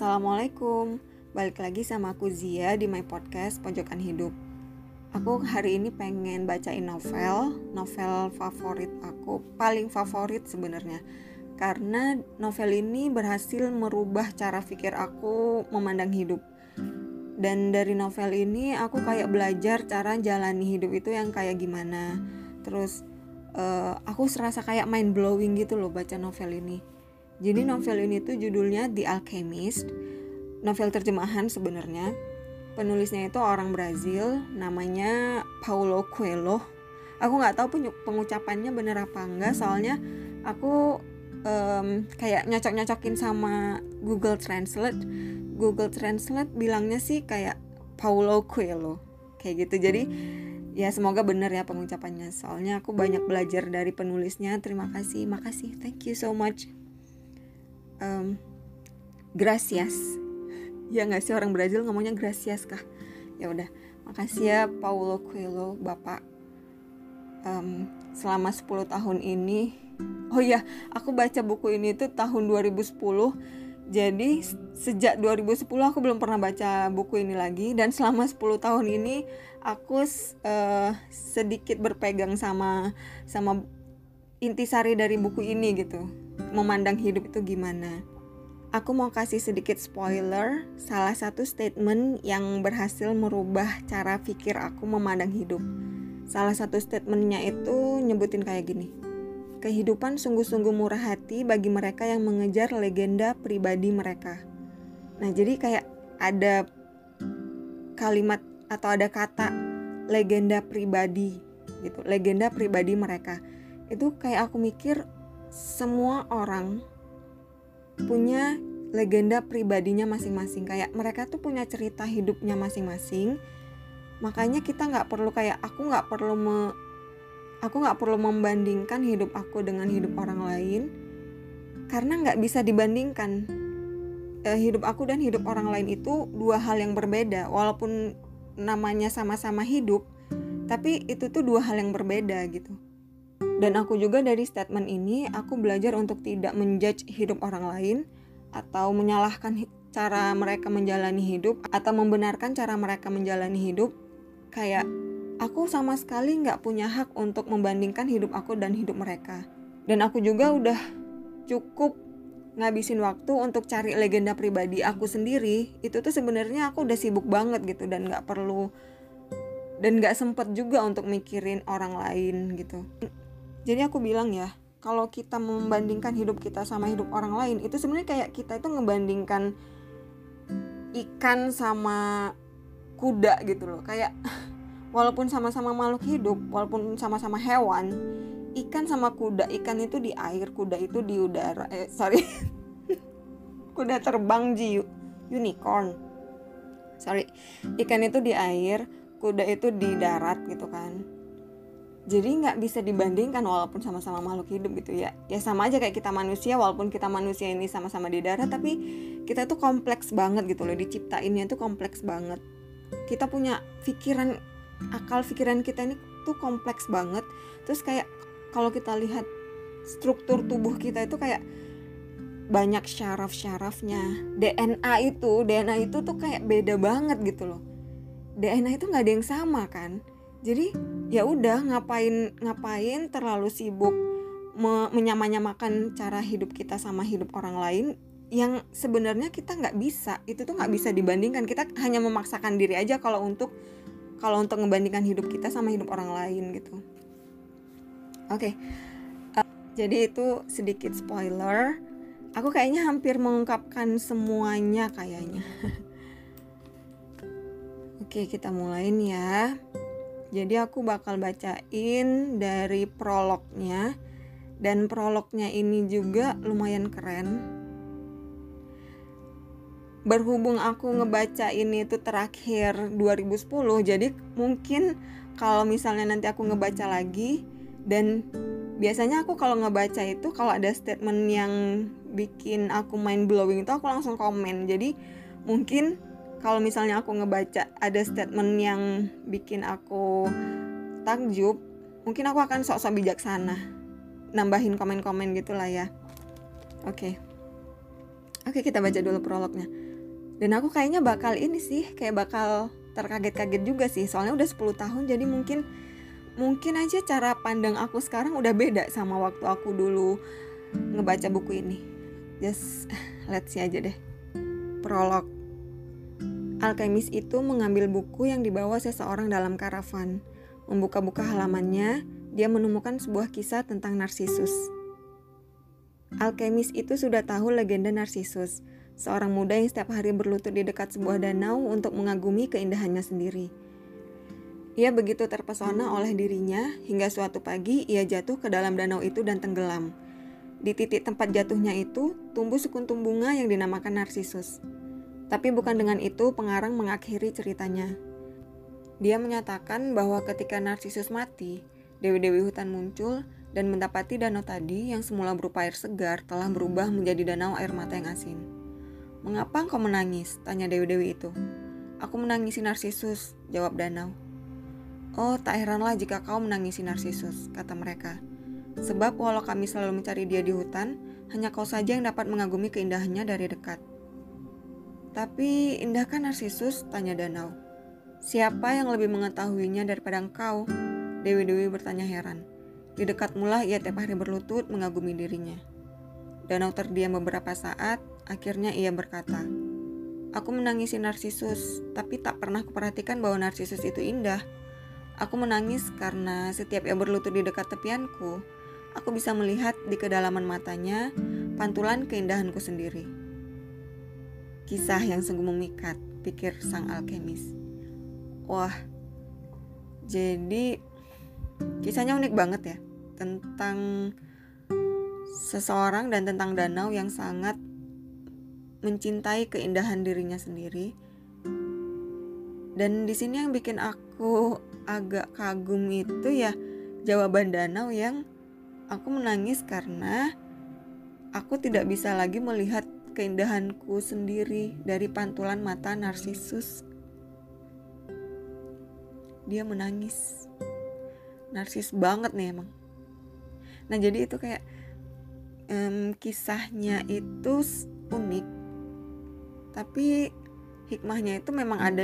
Assalamualaikum, balik lagi sama aku Zia di my podcast Pojokan Hidup. Aku hari ini pengen bacain novel favorit aku, paling favorit sebenarnya. Karena novel ini berhasil merubah cara pikir aku memandang hidup. Dan dari novel ini aku kayak belajar cara jalani hidup itu yang kayak gimana. Terus aku serasa kayak mind blowing gitu loh baca novel ini. Jadi novel ini tuh judulnya The Alchemist, novel terjemahan sebenarnya. Penulisnya itu orang Brazil, namanya Paulo Coelho. Aku nggak tahu pengucapannya bener apa enggak, soalnya aku kayak nyocok-nyocokin sama Google Translate. Google Translate bilangnya sih kayak Paulo Coelho, kayak gitu. Jadi ya semoga bener ya pengucapannya, soalnya aku banyak belajar dari penulisnya. Makasih, thank you so much. Gracias. Ya nggak sih, orang Brazil ngomongnya gracias kah? Ya udah, makasih ya Paulo Coelho, Bapak. Selama 10 tahun ini, oh ya, aku baca buku ini tuh tahun 2010. Jadi sejak 2010 aku belum pernah baca buku ini lagi, dan selama 10 tahun ini aku sedikit berpegang sama intisari dari buku ini gitu. Memandang hidup itu gimana. Aku mau kasih sedikit spoiler, salah satu statement yang berhasil merubah cara pikir aku memandang hidup. Salah satu statementnya itu nyebutin kayak gini: kehidupan sungguh-sungguh murah hati bagi mereka yang mengejar legenda pribadi mereka. Nah, jadi kayak ada kalimat atau ada kata legenda pribadi gitu, legenda pribadi mereka. Itu kayak aku mikir semua orang punya legenda pribadinya masing-masing, kayak mereka tuh punya cerita hidupnya masing-masing. Makanya kita nggak perlu kayak aku nggak perlu membandingkan hidup aku dengan hidup orang lain, karena nggak bisa dibandingkan. Hidup aku dan hidup orang lain itu dua hal yang berbeda, walaupun namanya sama-sama hidup, tapi itu tuh dua hal yang berbeda gitu. Dan aku juga dari statement ini, aku belajar untuk tidak menjudge hidup orang lain, atau menyalahkan cara mereka menjalani hidup, atau membenarkan cara mereka menjalani hidup. Kayak aku sama sekali gak punya hak untuk membandingkan hidup aku dan hidup mereka. Dan aku juga udah cukup ngabisin waktu untuk cari legenda pribadi aku sendiri. Itu tuh sebenarnya aku udah sibuk banget gitu, dan gak perlu, dan gak sempet juga untuk mikirin orang lain gitu. Jadi aku bilang ya, kalau kita membandingkan hidup kita sama hidup orang lain, itu sebenarnya kayak kita itu ngebandingkan ikan sama kuda gitu loh. Kayak walaupun sama-sama makhluk hidup, walaupun sama-sama hewan, ikan sama kuda, ikan itu di air, kuda itu di udara. Kuda terbang, unicorn. Ikan itu di air, kuda itu di darat gitu kan. Jadi nggak bisa dibandingkan walaupun sama-sama makhluk hidup gitu ya. Ya sama aja kayak kita manusia, walaupun kita manusia ini sama-sama di darat, tapi kita tuh kompleks banget gitu loh. Diciptainnya tuh kompleks banget. Kita punya pikiran, akal pikiran kita ini tuh kompleks banget. Terus kayak kalau kita lihat struktur tubuh kita itu kayak banyak syaraf-syarafnya. DNA itu tuh kayak beda banget gitu loh. DNA itu nggak ada yang sama kan. Jadi ya udah, ngapain terlalu sibuk menyamakan cara hidup kita sama hidup orang lain yang sebenarnya kita nggak bisa. Itu tuh nggak bisa dibandingkan. Kita hanya memaksakan diri aja kalau untuk ngebandingkan hidup kita sama hidup orang lain gitu. Oke. Jadi itu sedikit spoiler. Aku kayaknya hampir mengungkapkan semuanya kayaknya. Oke, kita mulain ya. Jadi aku bakal bacain dari prolognya, dan prolognya ini juga lumayan keren. Berhubung aku ngebaca ini tuh terakhir 2010, jadi mungkin kalau misalnya nanti aku ngebaca lagi, dan biasanya aku kalau ngebaca itu kalau ada statement yang bikin aku mind blowing itu aku langsung komen. Jadi mungkin kalau misalnya aku ngebaca ada statement yang bikin aku takjub, mungkin aku akan sok-sok bijaksana, nambahin komen-komen gitulah ya. Oke, kita baca dulu prolognya. Dan aku kayaknya bakal ini sih, kayak bakal terkaget-kaget juga sih. Soalnya udah 10 tahun, jadi mungkin aja cara pandang aku sekarang udah beda sama waktu aku dulu ngebaca buku ini. Just let's see aja deh. Prolog. Alkemis itu mengambil buku yang dibawa seseorang dalam karavan. Membuka-buka halamannya, dia menemukan sebuah kisah tentang Narsisus. Alkemis itu sudah tahu legenda Narsisus, seorang muda yang setiap hari berlutut di dekat sebuah danau untuk mengagumi keindahannya sendiri. Ia begitu terpesona oleh dirinya hingga suatu pagi ia jatuh ke dalam danau itu dan tenggelam. Di titik tempat jatuhnya itu tumbuh sekuntum bunga yang dinamakan Narsisus. Tapi bukan dengan itu pengarang mengakhiri ceritanya. Dia menyatakan bahwa ketika Narsisus mati, dewi-dewi hutan muncul dan mendapati danau tadi yang semula berupa air segar telah berubah menjadi danau air mata yang asin. "Mengapa engkau menangis?" tanya dewi-dewi itu. "Aku menangisi Narsisus," jawab danau. "Oh, tak heranlah jika kau menangisi Narsisus," kata mereka. "Sebab walau kami selalu mencari dia di hutan, hanya kau saja yang dapat mengagumi keindahannya dari dekat." "Tapi indahkah Narsisus?" tanya danau. "Siapa yang lebih mengetahuinya daripada engkau?" Dewi-dewi bertanya heran. Di dekat mula ia tiap hari berlutut mengagumi dirinya. Danau terdiam beberapa saat, akhirnya ia berkata, "Aku menangisi Narsisus, tapi tak pernah kuperhatikan bahwa Narsisus itu indah. Aku menangis karena setiap ia berlutut di dekat tepianku, aku bisa melihat di kedalaman matanya pantulan keindahanku sendiri." Kisah yang sungguh memikat, pikir sang alkemis. Wah, jadi kisahnya unik banget ya, tentang seseorang dan tentang danau yang sangat mencintai keindahan dirinya sendiri. Dan di sini yang bikin aku agak kagum itu ya jawaban danau yang aku menangis karena aku tidak bisa lagi melihat keindahanku sendiri dari pantulan mata Narsisus. Dia menangis. Narsis banget nih emang. Nah jadi itu kayak kisahnya itu unik, tapi hikmahnya itu memang ada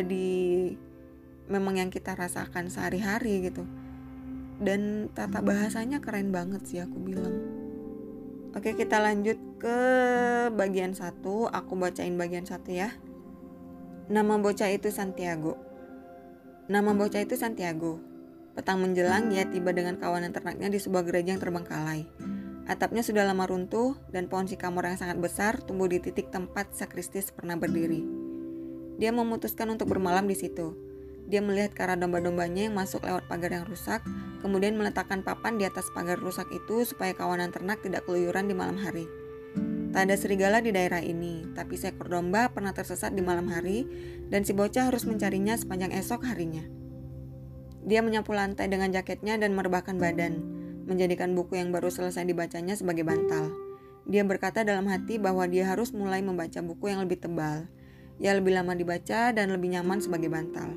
memang yang kita rasakan sehari-hari gitu. Dan tata bahasanya keren banget sih aku bilang. Oke, kita lanjut ke bagian 1. Aku bacain bagian 1 ya. Nama bocah itu Santiago. Nama bocah itu Santiago. Petang menjelang ia tiba dengan kawanan ternaknya di sebuah gereja yang terbengkalai. Atapnya sudah lama runtuh dan pohon sycamore yang sangat besar tumbuh di titik tempat sakristis pernah berdiri. Dia memutuskan untuk bermalam di situ. Dia melihat ke arah domba-dombanya yang masuk lewat pagar yang rusak, kemudian meletakkan papan di atas pagar rusak itu supaya kawanan ternak tidak keluyuran di malam hari. Tak ada serigala di daerah ini, tapi seekor domba pernah tersesat di malam hari dan si bocah harus mencarinya sepanjang esok harinya. Dia menyapu lantai dengan jaketnya dan merebahkan badan, menjadikan buku yang baru selesai dibacanya sebagai bantal. Dia berkata dalam hati bahwa dia harus mulai membaca buku yang lebih tebal. Ia lebih lama dibaca dan lebih nyaman sebagai bantal.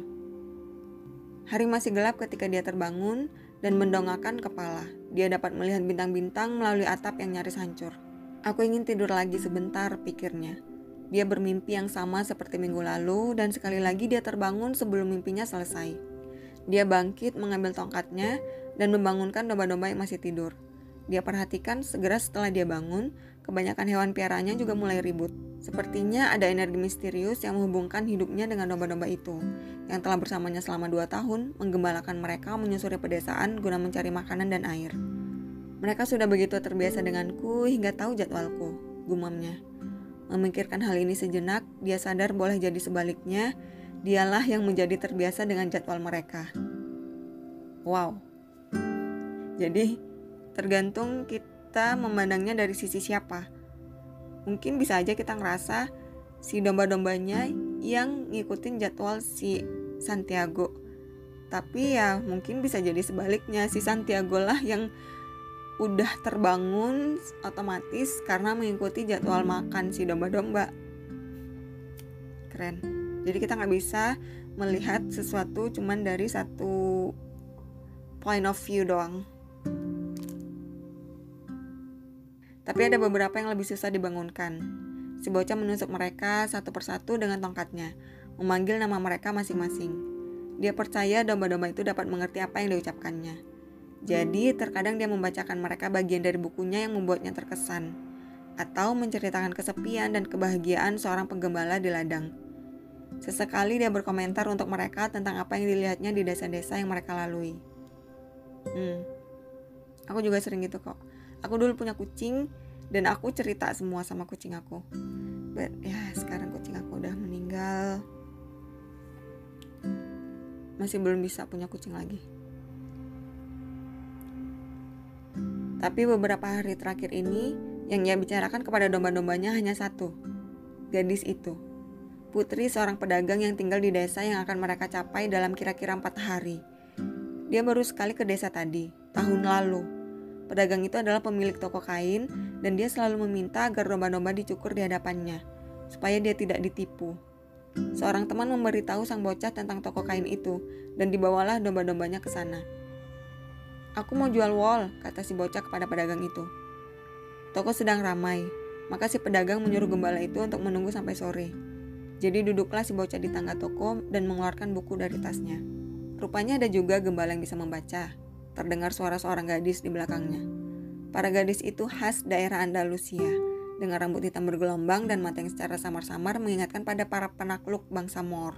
Hari masih gelap ketika dia terbangun dan mendongakkan kepala. Dia dapat melihat bintang-bintang melalui atap yang nyaris hancur. "Aku ingin tidur lagi sebentar," pikirnya. Dia bermimpi yang sama seperti minggu lalu dan sekali lagi dia terbangun sebelum mimpinya selesai. Dia bangkit mengambil tongkatnya dan membangunkan domba-domba yang masih tidur. Dia perhatikan segera setelah dia bangun, kebanyakan hewan piaraannya juga mulai ribut. Sepertinya ada energi misterius yang menghubungkan hidupnya dengan domba-domba itu, yang telah bersamanya selama 2 tahun, menggembalakan mereka menyusuri pedesaan guna mencari makanan dan air. "Mereka sudah begitu terbiasa denganku hingga tahu jadwalku," gumamnya. Memikirkan hal ini sejenak, dia sadar boleh jadi sebaliknya, dialah yang menjadi terbiasa dengan jadwal mereka. Wow. Jadi tergantung kita memandangnya dari sisi siapa. Mungkin bisa aja kita ngerasa si domba-dombanya yang ngikutin jadwal si Santiago. Tapi ya mungkin bisa jadi sebaliknya, si Santiago lah yang udah terbangun otomatis karena mengikuti jadwal makan si domba-domba. Keren. Jadi kita gak bisa melihat sesuatu cuman dari satu point of view doang. Tapi ada beberapa yang lebih susah dibangunkan. Si bocah menusuk mereka satu persatu dengan tongkatnya, memanggil nama mereka masing-masing. Dia percaya domba-domba itu dapat mengerti apa yang diucapkannya. Jadi terkadang dia membacakan mereka bagian dari bukunya yang membuatnya terkesan, atau menceritakan kesepian dan kebahagiaan seorang penggembala di ladang. Sesekali dia berkomentar untuk mereka tentang apa yang dilihatnya di desa-desa yang mereka lalui. Aku juga sering gitu kok. Aku dulu punya kucing dan aku cerita semua sama kucing aku. But ya sekarang kucing aku udah meninggal. Masih belum bisa punya kucing lagi. Tapi beberapa hari terakhir ini, yang ia bicarakan kepada domba-dombanya hanya satu. Gadis itu. Putri seorang pedagang yang tinggal di desa yang akan mereka capai dalam kira-kira 4 hari. Dia baru sekali ke desa tadi, tahun lalu. Pedagang itu adalah pemilik toko kain dan dia selalu meminta agar domba-domba dicukur di hadapannya, supaya dia tidak ditipu. Seorang teman memberitahu sang bocah tentang toko kain itu dan dibawalah domba-dombanya ke sana. "Aku mau jual wol," kata si bocah kepada pedagang itu. Toko sedang ramai, maka si pedagang menyuruh gembala itu untuk menunggu sampai sore. Jadi duduklah si bocah di tangga toko dan mengeluarkan buku dari tasnya. Rupanya ada juga gembala yang bisa membaca. Terdengar suara seorang gadis di belakangnya. Para gadis itu khas daerah Andalusia, dengan rambut hitam bergelombang dan mata yang secara samar-samar mengingatkan pada para penakluk bangsa Moor.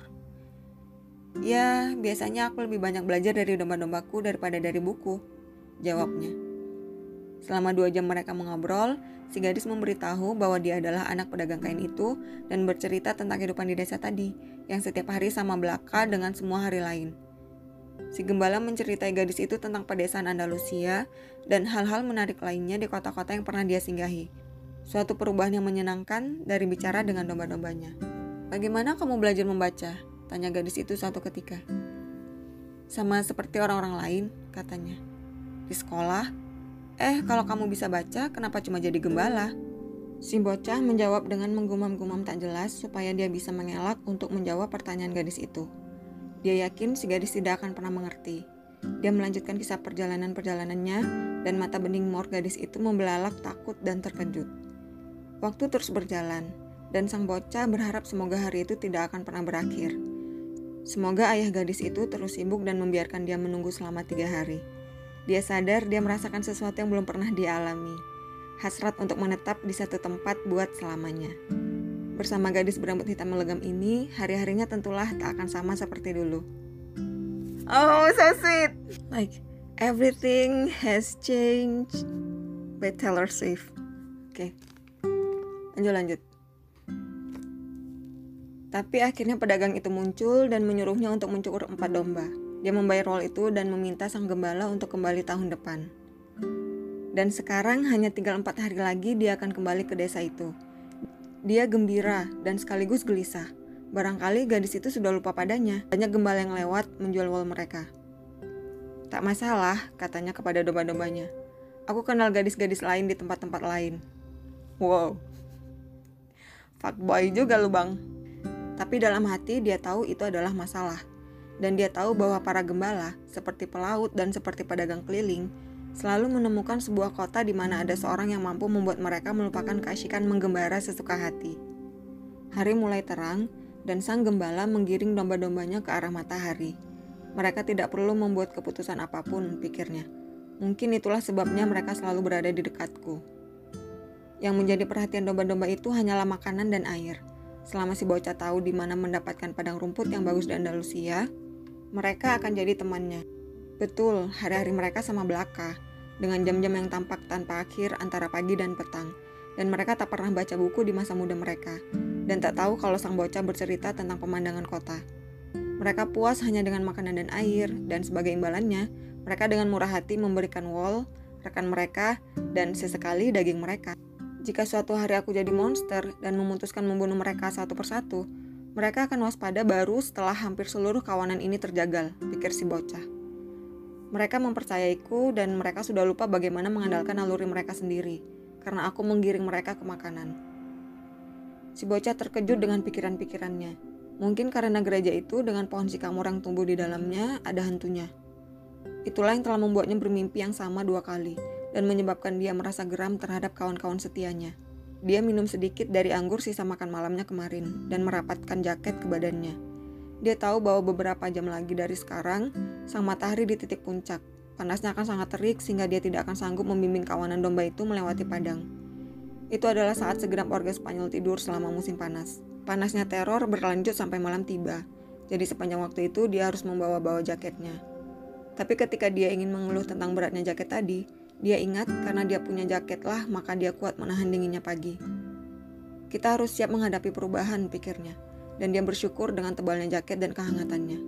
"Ya, biasanya aku lebih banyak belajar dari domba-dombaku daripada dari buku," jawabnya. Selama 2 jam mereka mengobrol, si gadis memberitahu bahwa dia adalah anak pedagang kain itu dan bercerita tentang kehidupan di desa tadi, yang setiap hari sama belaka dengan semua hari lain. Si gembala menceritai gadis itu tentang pedesaan Andalusia dan hal-hal menarik lainnya di kota-kota yang pernah dia singgahi. Suatu perubahan yang menyenangkan dari bicara dengan domba-dombanya. "Bagaimana kamu belajar membaca?" tanya gadis itu suatu ketika. "Sama seperti orang-orang lain," katanya. "Di sekolah? Kalau kamu bisa baca, kenapa cuma jadi gembala?" Si bocah menjawab dengan menggumam-gumam tak jelas supaya dia bisa mengelak untuk menjawab pertanyaan gadis itu. Dia yakin si gadis tidak akan pernah mengerti. Dia melanjutkan kisah perjalanan-perjalanannya dan mata bening mor gadis itu membelalak takut dan terkejut. Waktu terus berjalan dan sang bocah berharap semoga hari itu tidak akan pernah berakhir. Semoga ayah gadis itu terus sibuk dan membiarkan dia menunggu selama 3 hari. Dia sadar dia merasakan sesuatu yang belum pernah dia alami. Hasrat untuk menetap di satu tempat buat selamanya. Bersama gadis berambut hitam melegam ini, hari-harinya tentulah tak akan sama seperti dulu. Oh, so sweet. Like, everything has changed by Taylor Swift. Oke. Lanjut. Tapi akhirnya pedagang itu muncul dan menyuruhnya untuk mencukur 4 domba. Dia membayar wol itu dan meminta sang gembala untuk kembali tahun depan. Dan sekarang hanya tinggal 4 hari lagi dia akan kembali ke desa itu. Dia gembira dan sekaligus gelisah. Barangkali gadis itu sudah lupa padanya. Banyak gembala yang lewat menjual wol mereka. "Tak masalah," katanya kepada domba-dombanya. "Aku kenal gadis-gadis lain di tempat-tempat lain." Wow. Fuckboy juga lu bang. Tapi dalam hati dia tahu itu adalah masalah. Dan dia tahu bahwa para gembala, seperti pelaut dan seperti pedagang keliling, selalu menemukan sebuah kota di mana ada seorang yang mampu membuat mereka melupakan keasyikan menggembara sesuka hati. Hari mulai terang, dan sang gembala menggiring domba-dombanya ke arah matahari. Mereka tidak perlu membuat keputusan apapun, pikirnya. Mungkin itulah sebabnya mereka selalu berada di dekatku. Yang menjadi perhatian domba-domba itu hanyalah makanan dan air. Selama si bocah tahu di mana mendapatkan padang rumput yang bagus di Andalusia, mereka akan jadi temannya. Betul, hari-hari mereka sama belaka, dengan jam-jam yang tampak tanpa akhir antara pagi dan petang, dan mereka tak pernah baca buku di masa muda mereka, dan tak tahu kalau sang bocah bercerita tentang pemandangan kota. Mereka puas hanya dengan makanan dan air, dan sebagai imbalannya, mereka dengan murah hati memberikan wol, rekan mereka, dan sesekali daging mereka. Jika suatu hari aku jadi monster dan memutuskan membunuh mereka satu persatu, mereka akan waspada baru setelah hampir seluruh kawanan ini terjagal, pikir si bocah. Mereka mempercayaiku dan mereka sudah lupa bagaimana mengandalkan naluri mereka sendiri, karena aku menggiring mereka ke makanan. Si bocah terkejut dengan pikiran-pikirannya. Mungkin karena gereja itu dengan pohon sikamor yang tumbuh di dalamnya ada hantunya. Itulah yang telah membuatnya bermimpi yang sama 2 kali dan menyebabkan dia merasa geram terhadap kawan-kawan setianya. Dia minum sedikit dari anggur sisa makan malamnya kemarin dan merapatkan jaket ke badannya. Dia tahu bahwa beberapa jam lagi dari sekarang, sang matahari di titik puncak. Panasnya akan sangat terik sehingga dia tidak akan sanggup membimbing kawanan domba itu melewati padang. Itu adalah saat segenap warga Spanyol tidur selama musim panas. Panasnya teror berlanjut sampai malam tiba. Jadi sepanjang waktu itu dia harus membawa-bawa jaketnya. Tapi ketika dia ingin mengeluh tentang beratnya jaket tadi, dia ingat karena dia punya jaket lah maka dia kuat menahan dinginnya pagi. Kita harus siap menghadapi perubahan, pikirnya. Dan dia bersyukur dengan tebalnya jaket dan kehangatannya.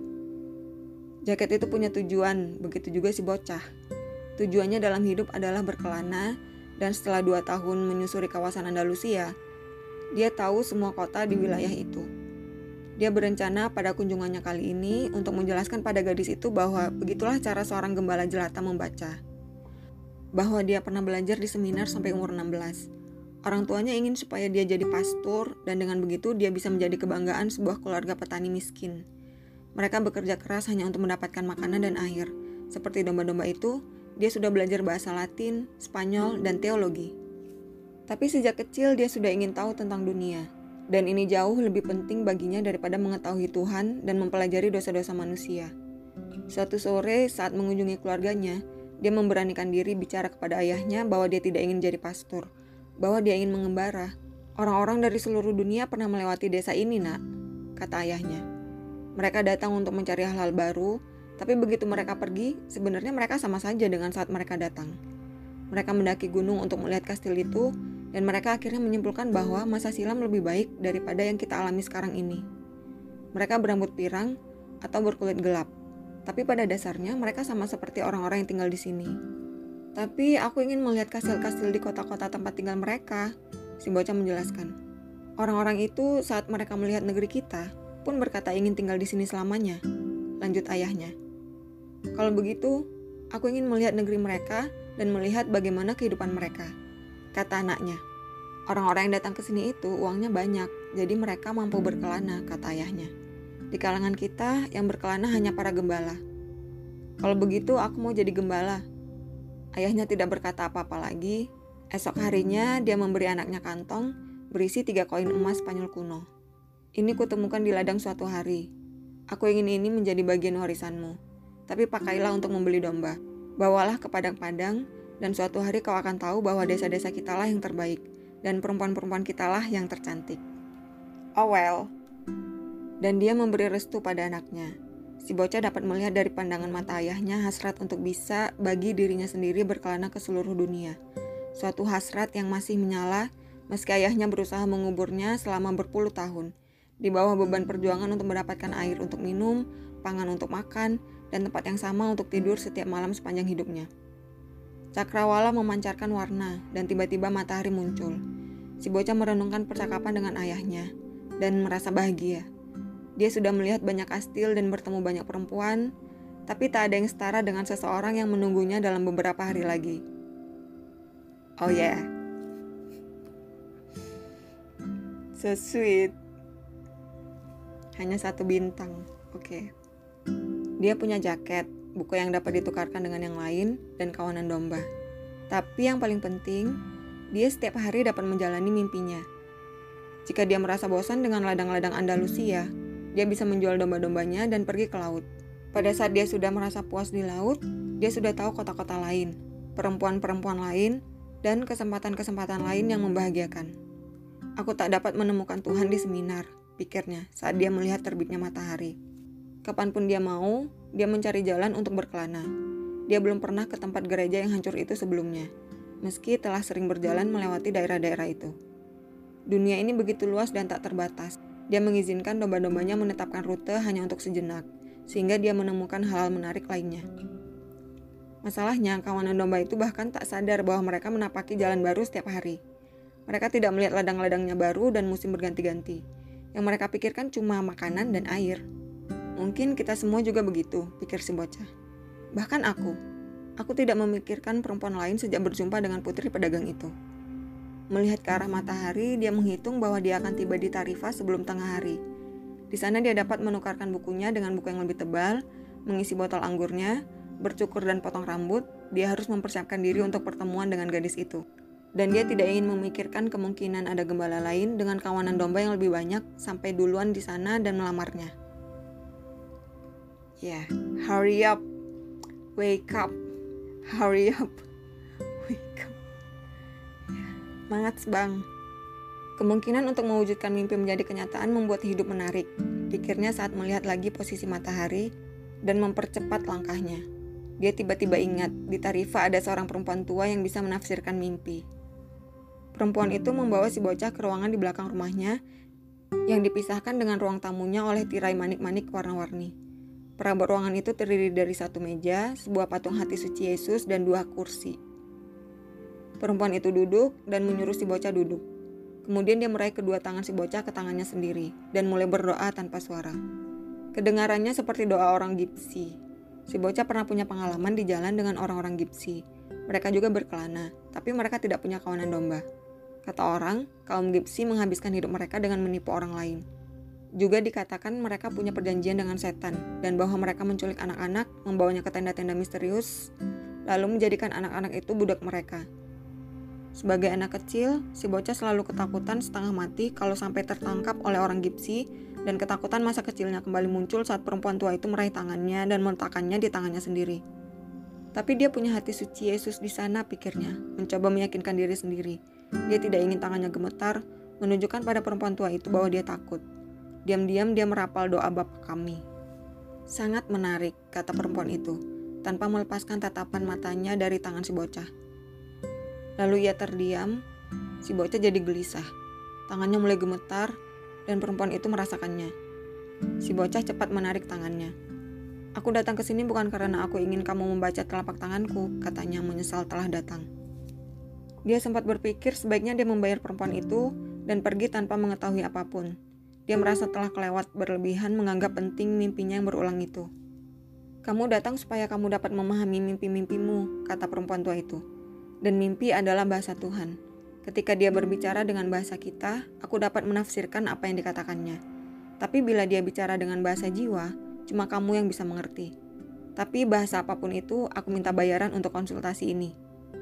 Jaket itu punya tujuan, begitu juga si bocah. Tujuannya dalam hidup adalah berkelana, dan setelah 2 tahun menyusuri kawasan Andalusia, dia tahu semua kota di wilayah itu. Dia berencana pada kunjungannya kali ini untuk menjelaskan pada gadis itu bahwa begitulah cara seorang gembala jelata membaca. Bahwa dia pernah belajar di seminar sampai umur 16. Orang tuanya ingin supaya dia jadi pastor dan dengan begitu dia bisa menjadi kebanggaan sebuah keluarga petani miskin. Mereka bekerja keras hanya untuk mendapatkan makanan dan air. Seperti domba-domba itu, dia sudah belajar bahasa Latin, Spanyol, dan teologi. Tapi sejak kecil dia sudah ingin tahu tentang dunia. Dan ini jauh lebih penting baginya daripada mengetahui Tuhan dan mempelajari dosa-dosa manusia. Suatu sore saat mengunjungi keluarganya, dia memberanikan diri bicara kepada ayahnya bahwa dia tidak ingin jadi pastor, bahwa dia ingin mengembara. Orang-orang dari seluruh dunia pernah melewati desa ini, nak, kata ayahnya. Mereka datang untuk mencari hal-hal baru, tapi begitu mereka pergi, sebenarnya mereka sama saja dengan saat mereka datang. Mereka mendaki gunung untuk melihat kastil itu, dan mereka akhirnya menyimpulkan bahwa masa silam lebih baik daripada yang kita alami sekarang ini. Mereka berambut pirang atau berkulit gelap. Tapi pada dasarnya mereka sama seperti orang-orang yang tinggal di sini. Tapi aku ingin melihat kastil-kastil di kota-kota tempat tinggal mereka, si bocah menjelaskan. Orang-orang itu saat mereka melihat negeri kita pun berkata ingin tinggal di sini selamanya, lanjut ayahnya. Kalau begitu, aku ingin melihat negeri mereka dan melihat bagaimana kehidupan mereka, kata anaknya. Orang-orang yang datang ke sini itu uangnya banyak, jadi mereka mampu berkelana, kata ayahnya. Di kalangan kita yang berkelana hanya para gembala. Kalau begitu aku mau jadi gembala. Ayahnya tidak berkata apa-apa lagi. Esok harinya dia memberi anaknya kantong berisi 3 koin emas Spanyol kuno. Ini kutemukan di ladang suatu hari. Aku ingin ini menjadi bagian warisanmu. Tapi pakailah untuk membeli domba. Bawalah ke padang-padang dan suatu hari kau akan tahu bahwa desa-desa kitalah yang terbaik dan perempuan-perempuan kitalah yang tercantik. Oh well. Dan dia memberi restu pada anaknya. Si bocah dapat melihat dari pandangan mata ayahnya hasrat untuk bisa bagi dirinya sendiri berkelana ke seluruh dunia. Suatu hasrat yang masih menyala meski ayahnya berusaha menguburnya selama berpuluh tahun. Di bawah beban perjuangan untuk mendapatkan air untuk minum, pangan untuk makan, dan tempat yang sama untuk tidur setiap malam sepanjang hidupnya. Cakrawala memancarkan warna dan tiba-tiba matahari muncul. Si bocah merenungkan percakapan dengan ayahnya dan merasa bahagia. Dia sudah melihat banyak kastil dan bertemu banyak perempuan, tapi tak ada yang setara dengan seseorang yang menunggunya dalam beberapa hari lagi. Oh yeah. So sweet. Hanya 1 bintang. Oke. Dia punya jaket, buku yang dapat ditukarkan dengan yang lain, dan kawanan domba. Tapi yang paling penting, dia setiap hari dapat menjalani mimpinya. Jika dia merasa bosan dengan ladang-ladang Andalusia, dia bisa menjual domba-dombanya dan pergi ke laut. Pada saat dia sudah merasa puas di laut, dia sudah tahu kota-kota lain, perempuan-perempuan lain, dan kesempatan-kesempatan lain yang membahagiakan. Aku tak dapat menemukan Tuhan di seminar, pikirnya saat dia melihat terbitnya matahari. Kapanpun dia mau, dia mencari jalan untuk berkelana. Dia belum pernah ke tempat gereja yang hancur itu sebelumnya, meski telah sering berjalan melewati daerah-daerah itu. Dunia ini begitu luas dan tak terbatas. Dia mengizinkan domba-dombanya menetapkan rute hanya untuk sejenak, sehingga dia menemukan hal-hal menarik lainnya. Masalahnya, kawanan domba itu bahkan tak sadar bahwa mereka menapaki jalan baru setiap hari. Mereka tidak melihat ladang-ladangnya baru dan musim berganti-ganti. Yang mereka pikirkan cuma makanan dan air. Mungkin kita semua juga begitu, pikir si bocah. Bahkan aku tidak memikirkan perempuan lain sejak berjumpa dengan putri pedagang itu. Melihat ke arah matahari, dia menghitung bahwa dia akan tiba di Tarifa sebelum tengah hari. Di sana dia dapat menukarkan bukunya dengan buku yang lebih tebal, mengisi botol anggurnya, bercukur dan potong rambut. Dia harus mempersiapkan diri untuk pertemuan dengan gadis itu. Dan dia tidak ingin memikirkan kemungkinan ada gembala lain dengan kawanan domba yang lebih banyak sampai duluan di sana dan melamarnya. Ya, hurry up, wake up, hurry up, wake up. Semangat bang. Kemungkinan untuk mewujudkan mimpi menjadi kenyataan membuat hidup menarik, pikirnya saat melihat lagi posisi matahari dan mempercepat langkahnya. Dia tiba-tiba ingat, di Tarifa ada seorang perempuan tua yang bisa menafsirkan mimpi. Perempuan itu membawa si bocah ke ruangan di belakang rumahnya yang dipisahkan dengan ruang tamunya oleh tirai manik-manik warna-warni. Perabot ruangan itu terdiri dari satu meja, sebuah patung hati suci Yesus, dan 2 kursi. Perempuan itu duduk dan menyuruh si bocah duduk. Kemudian dia meraih kedua tangan si bocah ke tangannya sendiri dan mulai berdoa tanpa suara. Kedengarannya seperti doa orang Gipsi. Si bocah pernah punya pengalaman di jalan dengan orang-orang Gipsi. Mereka juga berkelana, tapi mereka tidak punya kawanan domba. Kata orang, kaum Gipsi menghabiskan hidup mereka dengan menipu orang lain. Juga dikatakan mereka punya perjanjian dengan setan dan bahwa mereka menculik anak-anak, membawanya ke tenda-tenda misterius, lalu menjadikan anak-anak itu budak mereka. Sebagai anak kecil, si bocah selalu ketakutan setengah mati kalau sampai tertangkap oleh orang Gipsi, dan ketakutan masa kecilnya kembali muncul saat perempuan tua itu meraih tangannya dan meletakkannya di tangannya sendiri. Tapi dia punya hati suci Yesus di sana, pikirnya, mencoba meyakinkan diri sendiri. Dia tidak ingin tangannya gemetar, menunjukkan pada perempuan tua itu bahwa dia takut. Diam-diam dia merapal doa Bapa Kami. Sangat menarik, kata perempuan itu, tanpa melepaskan tatapan matanya dari tangan si bocah. Lalu ia terdiam, si bocah jadi gelisah. Tangannya mulai gemetar, dan perempuan itu merasakannya. Si bocah cepat menarik tangannya. Aku datang ke sini bukan karena aku ingin kamu membaca telapak tanganku, katanya menyesal telah datang. Dia sempat berpikir sebaiknya dia membayar perempuan itu dan pergi tanpa mengetahui apapun. Dia merasa telah kelewat berlebihan menganggap penting mimpinya yang berulang itu. Kamu datang supaya kamu dapat memahami mimpi-mimpimu, kata perempuan tua itu. Dan mimpi adalah bahasa Tuhan. Ketika dia berbicara dengan bahasa kita, aku dapat menafsirkan apa yang dikatakannya. Tapi bila dia bicara dengan bahasa jiwa, cuma kamu yang bisa mengerti. Tapi bahasa apapun itu, aku minta bayaran untuk konsultasi ini.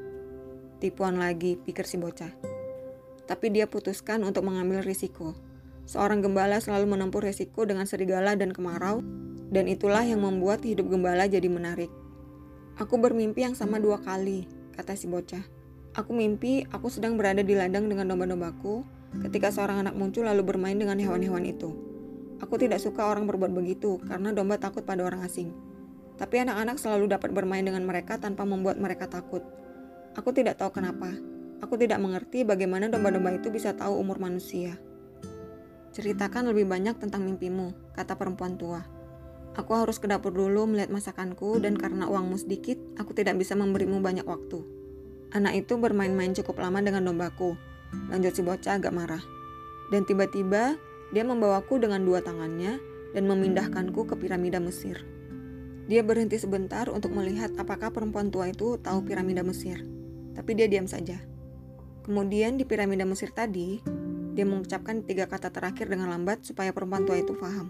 Tipuan lagi, pikir si bocah. Tapi dia putuskan untuk mengambil risiko. Seorang gembala selalu menempuh risiko dengan serigala dan kemarau, dan itulah yang membuat hidup gembala jadi menarik. Aku bermimpi yang sama 2 kali, kata si bocah. Aku mimpi aku sedang berada di ladang dengan domba-dombaku ketika seorang anak muncul lalu bermain dengan hewan-hewan itu. Aku tidak suka orang berbuat begitu karena domba takut pada orang asing. Tapi anak-anak selalu dapat bermain dengan mereka tanpa membuat mereka takut. Aku tidak tahu kenapa. Aku tidak mengerti bagaimana domba-domba itu bisa tahu umur manusia. Ceritakan lebih banyak tentang mimpimu, kata perempuan tua. Aku harus ke dapur dulu melihat masakanku dan karena uangmu sedikit, aku tidak bisa memberimu banyak waktu. Anak itu bermain-main cukup lama dengan dombaku, lanjut si bocah agak marah. Dan tiba-tiba, dia membawaku dengan 2 tangannya dan memindahkanku ke piramida Mesir. Dia berhenti sebentar untuk melihat apakah perempuan tua itu tahu piramida Mesir. Tapi dia diam saja. Kemudian di piramida Mesir tadi, dia mengucapkan 3 kata terakhir dengan lambat supaya perempuan tua itu paham.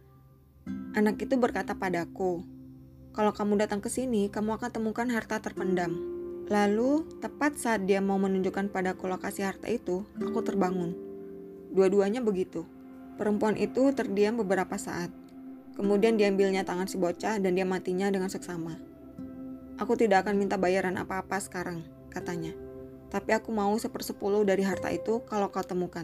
Anak itu berkata padaku, kalau kamu datang ke sini, kamu akan temukan harta terpendam. Lalu, tepat saat dia mau menunjukkan padaku lokasi harta itu, aku terbangun. Dua-duanya begitu. Perempuan itu terdiam beberapa saat. Kemudian diambilnya tangan si bocah dan dia matinya dengan seksama. Aku tidak akan minta bayaran apa-apa sekarang, katanya. Tapi aku mau 1/10 dari harta itu kalau kau temukan.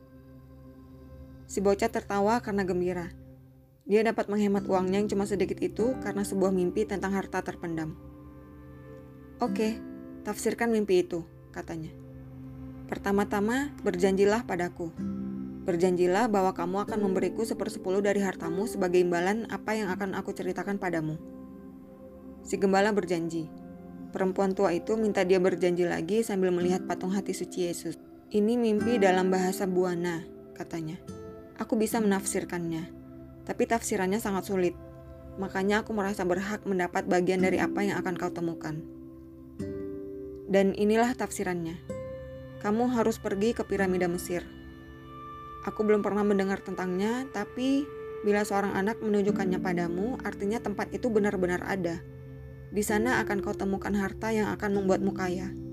Si bocah tertawa karena gembira. Dia dapat menghemat uangnya yang cuma sedikit itu karena sebuah mimpi tentang harta terpendam. Oke, tafsirkan mimpi itu, katanya. Pertama-tama, berjanjilah padaku. Berjanjilah bahwa kamu akan memberiku 1/10 dari hartamu sebagai imbalan apa yang akan aku ceritakan padamu. Si gembala berjanji. Perempuan tua itu minta dia berjanji lagi sambil melihat patung hati suci Yesus. Ini mimpi dalam bahasa Buana, katanya. Aku bisa menafsirkannya, tapi tafsirannya sangat sulit. Makanya aku merasa berhak mendapat bagian dari apa yang akan kau temukan. Dan inilah tafsirannya. Kamu harus pergi ke piramida Mesir. Aku belum pernah mendengar tentangnya, tapi bila seorang anak menunjukkannya padamu, artinya tempat itu benar-benar ada. Di sana akan kau temukan harta yang akan membuatmu kaya.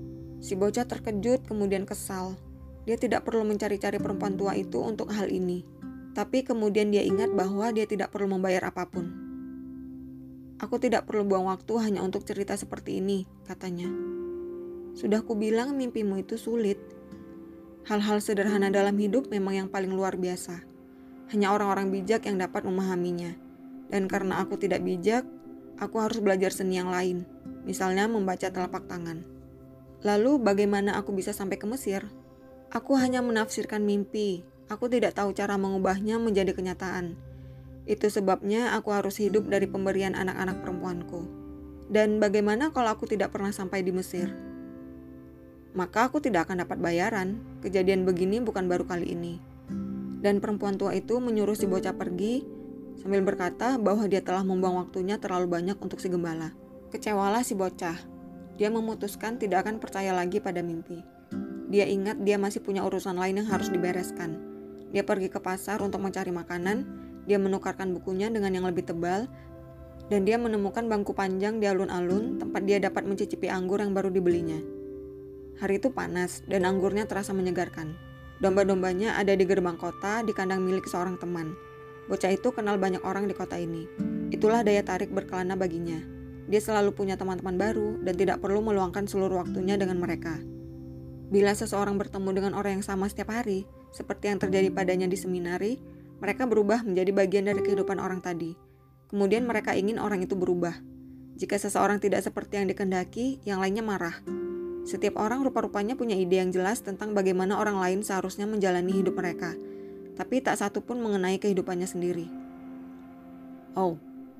Si bocah terkejut kemudian kesal. Dia tidak perlu mencari-cari perempuan tua itu untuk hal ini. Tapi kemudian dia ingat bahwa dia tidak perlu membayar apapun. "Aku tidak perlu buang waktu hanya untuk cerita seperti ini," katanya. "Sudah kubilang mimpimu itu sulit. Hal-hal sederhana dalam hidup memang yang paling luar biasa. Hanya orang-orang bijak yang dapat memahaminya. Dan karena aku tidak bijak, aku harus belajar seni yang lain. Misalnya membaca telapak tangan. Lalu bagaimana aku bisa sampai ke Mesir? Aku hanya menafsirkan mimpi. Aku tidak tahu cara mengubahnya menjadi kenyataan. Itu sebabnya aku harus hidup dari pemberian anak-anak perempuanku. Dan bagaimana kalau aku tidak pernah sampai di Mesir? Maka aku tidak akan dapat bayaran. Kejadian begini bukan baru kali ini." Dan perempuan tua itu menyuruh si bocah pergi sambil berkata bahwa dia telah membuang waktunya terlalu banyak untuk si gembala. Kecewalah si bocah. Dia memutuskan tidak akan percaya lagi pada mimpi. Dia ingat dia masih punya urusan lain yang harus dibereskan. Dia pergi ke pasar untuk mencari makanan. Dia menukarkan bukunya dengan yang lebih tebal. Dan dia menemukan bangku panjang di alun-alun tempat dia dapat mencicipi anggur yang baru dibelinya. Hari itu panas dan anggurnya terasa menyegarkan. Domba-dombanya ada di gerbang kota di kandang milik seorang teman. Bocah itu kenal banyak orang di kota ini. Itulah daya tarik berkelana baginya. Dia selalu punya teman-teman baru dan tidak perlu meluangkan seluruh waktunya dengan mereka. Bila seseorang bertemu dengan orang yang sama setiap hari, seperti yang terjadi padanya di seminari, mereka berubah menjadi bagian dari kehidupan orang tadi. Kemudian mereka ingin orang itu berubah. Jika seseorang tidak seperti yang dikehendaki, yang lainnya marah. Setiap orang rupa-rupanya punya ide yang jelas tentang bagaimana orang lain seharusnya menjalani hidup mereka, tapi tak satu pun mengenai kehidupannya sendiri. Oh,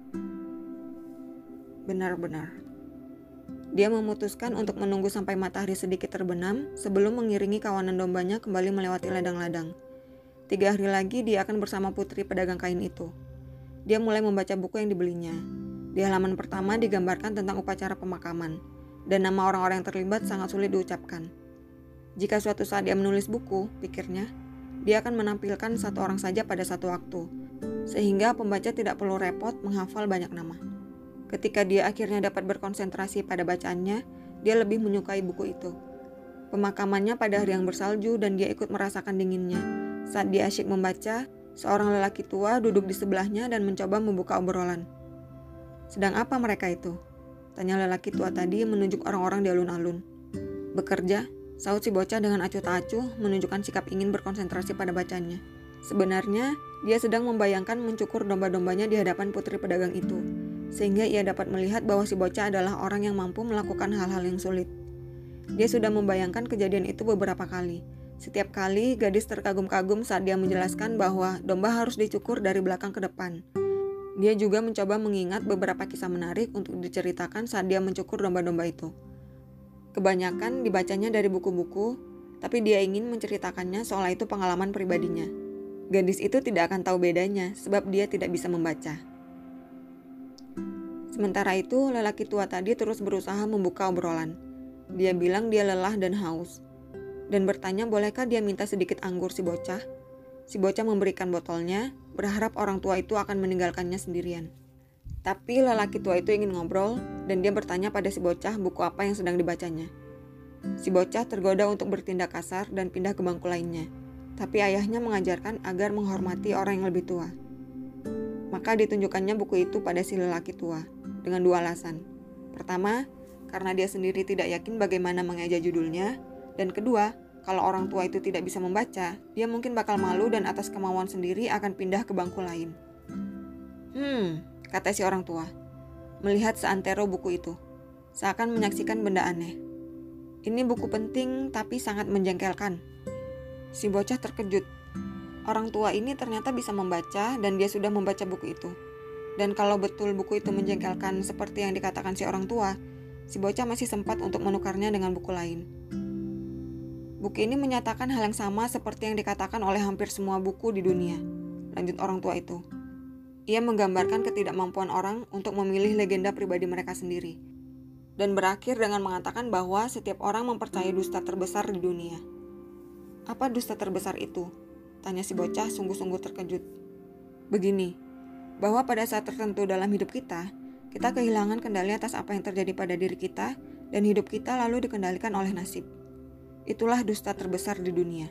benar-benar. Dia memutuskan untuk menunggu sampai matahari sedikit terbenam sebelum mengiringi kawanan dombanya kembali melewati ladang-ladang. 3 hari lagi dia akan bersama putri pedagang kain itu. Dia mulai membaca buku yang dibelinya. Di halaman pertama digambarkan tentang upacara pemakaman, dan nama orang-orang yang terlibat sangat sulit diucapkan. Jika suatu saat dia menulis buku, pikirnya, dia akan menampilkan satu orang saja pada satu waktu, sehingga pembaca tidak perlu repot menghafal banyak nama. Ketika dia akhirnya dapat berkonsentrasi pada bacaannya, dia lebih menyukai buku itu. Pemakamannya pada hari yang bersalju dan dia ikut merasakan dinginnya. Saat dia asyik membaca, seorang lelaki tua duduk di sebelahnya dan mencoba membuka obrolan. "Sedang apa mereka itu?" tanya lelaki tua tadi menunjuk orang-orang di alun-alun. "Bekerja," sahut si bocah dengan acuh tak acuh menunjukkan sikap ingin berkonsentrasi pada bacanya. Sebenarnya, dia sedang membayangkan mencukur domba-dombanya di hadapan putri pedagang itu, sehingga ia dapat melihat bahwa si bocah adalah orang yang mampu melakukan hal-hal yang sulit. Dia sudah membayangkan kejadian itu beberapa kali. Setiap kali, gadis terkagum-kagum saat dia menjelaskan bahwa domba harus dicukur dari belakang ke depan. Dia juga mencoba mengingat beberapa kisah menarik untuk diceritakan saat dia mencukur domba-domba itu. Kebanyakan dibacanya dari buku-buku, tapi dia ingin menceritakannya seolah itu pengalaman pribadinya. Gadis itu tidak akan tahu bedanya sebab dia tidak bisa membaca. Sementara itu, lelaki tua tadi terus berusaha membuka obrolan. Dia bilang dia lelah dan haus, dan bertanya bolehkah dia minta sedikit anggur si bocah. Si bocah memberikan botolnya, berharap orang tua itu akan meninggalkannya sendirian. Tapi lelaki tua itu ingin ngobrol, dan dia bertanya pada si bocah buku apa yang sedang dibacanya. Si bocah tergoda untuk bertindak kasar dan pindah ke bangku lainnya, tapi ayahnya mengajarkan agar menghormati orang yang lebih tua. Maka ditunjukkannya buku itu pada si lelaki tua, dengan 2 alasan. Pertama, karena dia sendiri tidak yakin bagaimana mengeja judulnya, dan kedua, kalau orang tua itu tidak bisa membaca, dia mungkin bakal malu dan atas kemauan sendiri akan pindah ke bangku lain. Kata si orang tua, melihat seantero buku itu, seakan menyaksikan benda aneh. Ini buku penting tapi sangat menjengkelkan. Si bocah terkejut. Orang tua ini ternyata bisa membaca dan dia sudah membaca buku itu. Dan kalau betul buku itu menjengkelkan seperti yang dikatakan si orang tua, si bocah masih sempat untuk menukarnya dengan buku lain. Buku ini menyatakan hal yang sama seperti yang dikatakan oleh hampir semua buku di dunia, lanjut orang tua itu. Ia menggambarkan ketidakmampuan orang untuk memilih legenda pribadi mereka sendiri, dan berakhir dengan mengatakan bahwa setiap orang mempercayai dusta terbesar di dunia. Apa dusta terbesar itu? Tanya si bocah sungguh-sungguh terkejut. Begini, bahwa pada saat tertentu dalam hidup kita kehilangan kendali atas apa yang terjadi pada diri kita dan hidup kita lalu dikendalikan oleh nasib. Itulah dusta terbesar di dunia.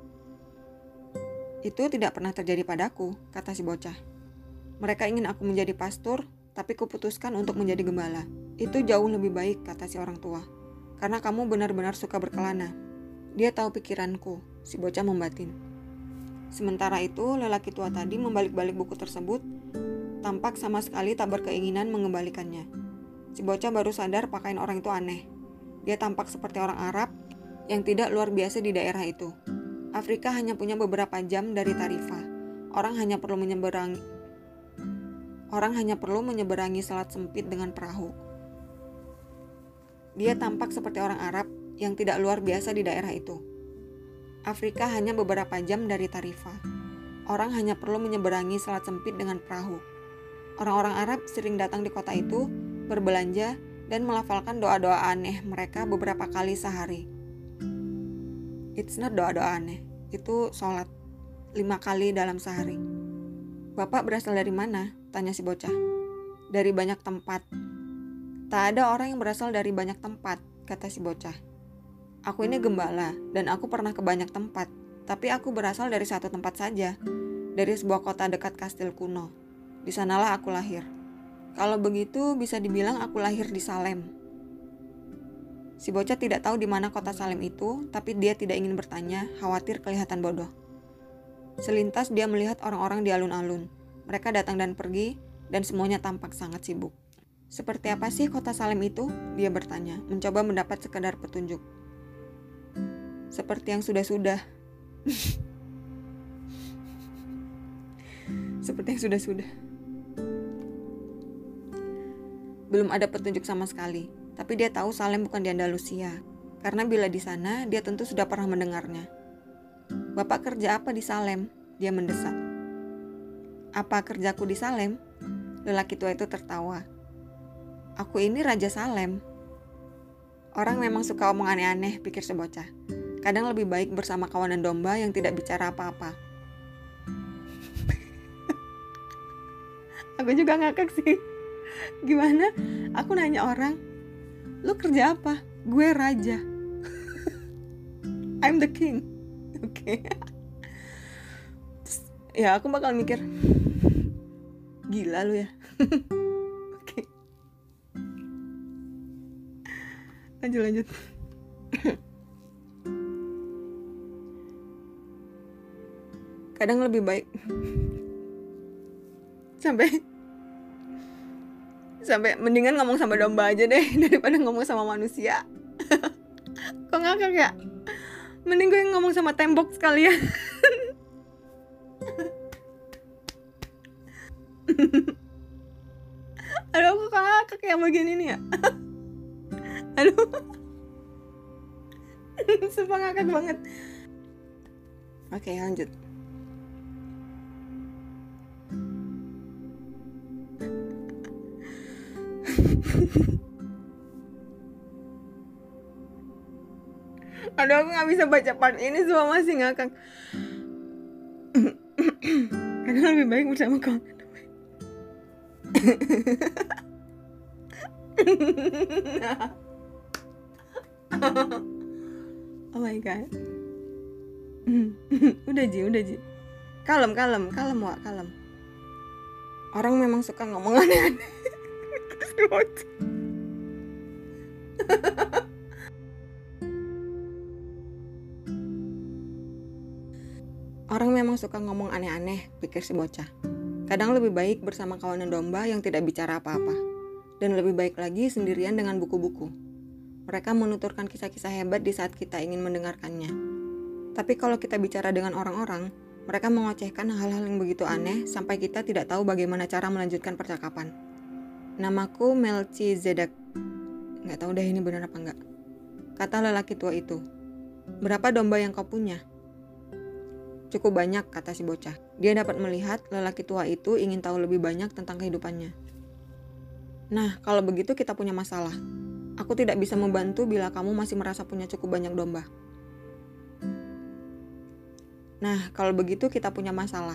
Itu tidak pernah terjadi padaku, kata si bocah. Mereka ingin aku menjadi pastor, tapi kuputuskan untuk menjadi gembala. Itu jauh lebih baik, kata si orang tua. Karena kamu benar-benar suka berkelana. Dia tahu pikiranku, si bocah membatin. Sementara itu, lelaki tua tadi membalik-balik buku tersebut, tampak sama sekali tak berkeinginan mengembalikannya. Si bocah baru sadar pakaian orang itu aneh. Dia tampak seperti orang Arab yang tidak luar biasa di daerah itu. Afrika hanya punya beberapa jam dari Tarifa. Orang hanya perlu menyeberangi selat sempit dengan perahu. Dia tampak seperti orang Arab yang tidak luar biasa di daerah itu. Afrika hanya beberapa jam dari Tarifa. Orang hanya perlu menyeberangi selat sempit dengan perahu. Orang-orang Arab sering datang di kota itu, berbelanja, dan melafalkan doa-doa aneh mereka beberapa kali sehari. It's not doa-doa aneh, itu sholat 5 kali dalam sehari. Bapak berasal dari mana? Tanya si bocah. Dari banyak tempat. Tak ada orang yang berasal dari banyak tempat, kata si bocah. Aku ini gembala, dan aku pernah ke banyak tempat, tapi aku berasal dari satu tempat saja, dari sebuah kota dekat kastil kuno. Di sanalah aku lahir. Kalau begitu bisa dibilang aku lahir di Salem. Si bocah tidak tahu di mana kota Salem itu, tapi dia tidak ingin bertanya, khawatir kelihatan bodoh. Selintas dia melihat orang-orang di alun-alun. Mereka datang dan pergi, dan semuanya tampak sangat sibuk. Seperti apa sih kota Salem itu? Dia bertanya, mencoba mendapat sekedar petunjuk. Seperti yang sudah-sudah. Seperti yang sudah-sudah. Belum ada petunjuk sama sekali. Tapi dia tahu Salem bukan di Andalusia, karena bila di sana, dia tentu sudah pernah mendengarnya. Bapak kerja apa di Salem? Dia mendesak. Apa kerjaku di Salem? Lelaki tua itu tertawa. Aku ini Raja Salem. Orang memang suka omong aneh-aneh, pikir si bocah. Kadang lebih baik bersama kawanan domba yang tidak bicara apa-apa. Aku juga ngakak sih. Gimana? Aku nanya orang, lu kerja apa? Gue raja. I'm the king. Oke. Ya aku bakal mikir, gila lu ya. Oke. Lanjut. Kadang lebih baik sampai mendingan ngomong sama domba aja deh daripada ngomong sama manusia. Kok ngakak ya? Mending gue ngomong sama tembok sekalian. Aduh, aku ngakak yang begini nih ya. Aduh. Sumpah ngakak banget. Oke, lanjut. Aduh, aku gak bisa baca part ini, semua masih ngakak. Karena lebih baik bersama kawan. Oh my god. Udah Ji. Kalem, Wak, kalem. Orang memang suka ngomong aneh-aneh. Orang memang suka ngomong aneh-aneh, pikir si bocah. Kadang lebih baik bersama kawanan domba yang tidak bicara apa-apa. Dan lebih baik lagi sendirian dengan buku-buku. Mereka menuturkan kisah-kisah hebat di saat kita ingin mendengarkannya. Tapi kalau kita bicara dengan orang-orang, mereka mengocehkan hal-hal yang begitu aneh sampai kita tidak tahu bagaimana cara melanjutkan percakapan. Namaku Melchizedek. Nggak tahu deh ini benar apa enggak. Kata lelaki tua itu. Berapa domba yang kau punya? Cukup banyak, kata si bocah. Dia dapat melihat lelaki tua itu ingin tahu lebih banyak tentang kehidupannya. Nah, kalau begitu kita punya masalah. Aku tidak bisa membantu bila kamu masih merasa punya cukup banyak domba. Nah, kalau begitu kita punya masalah.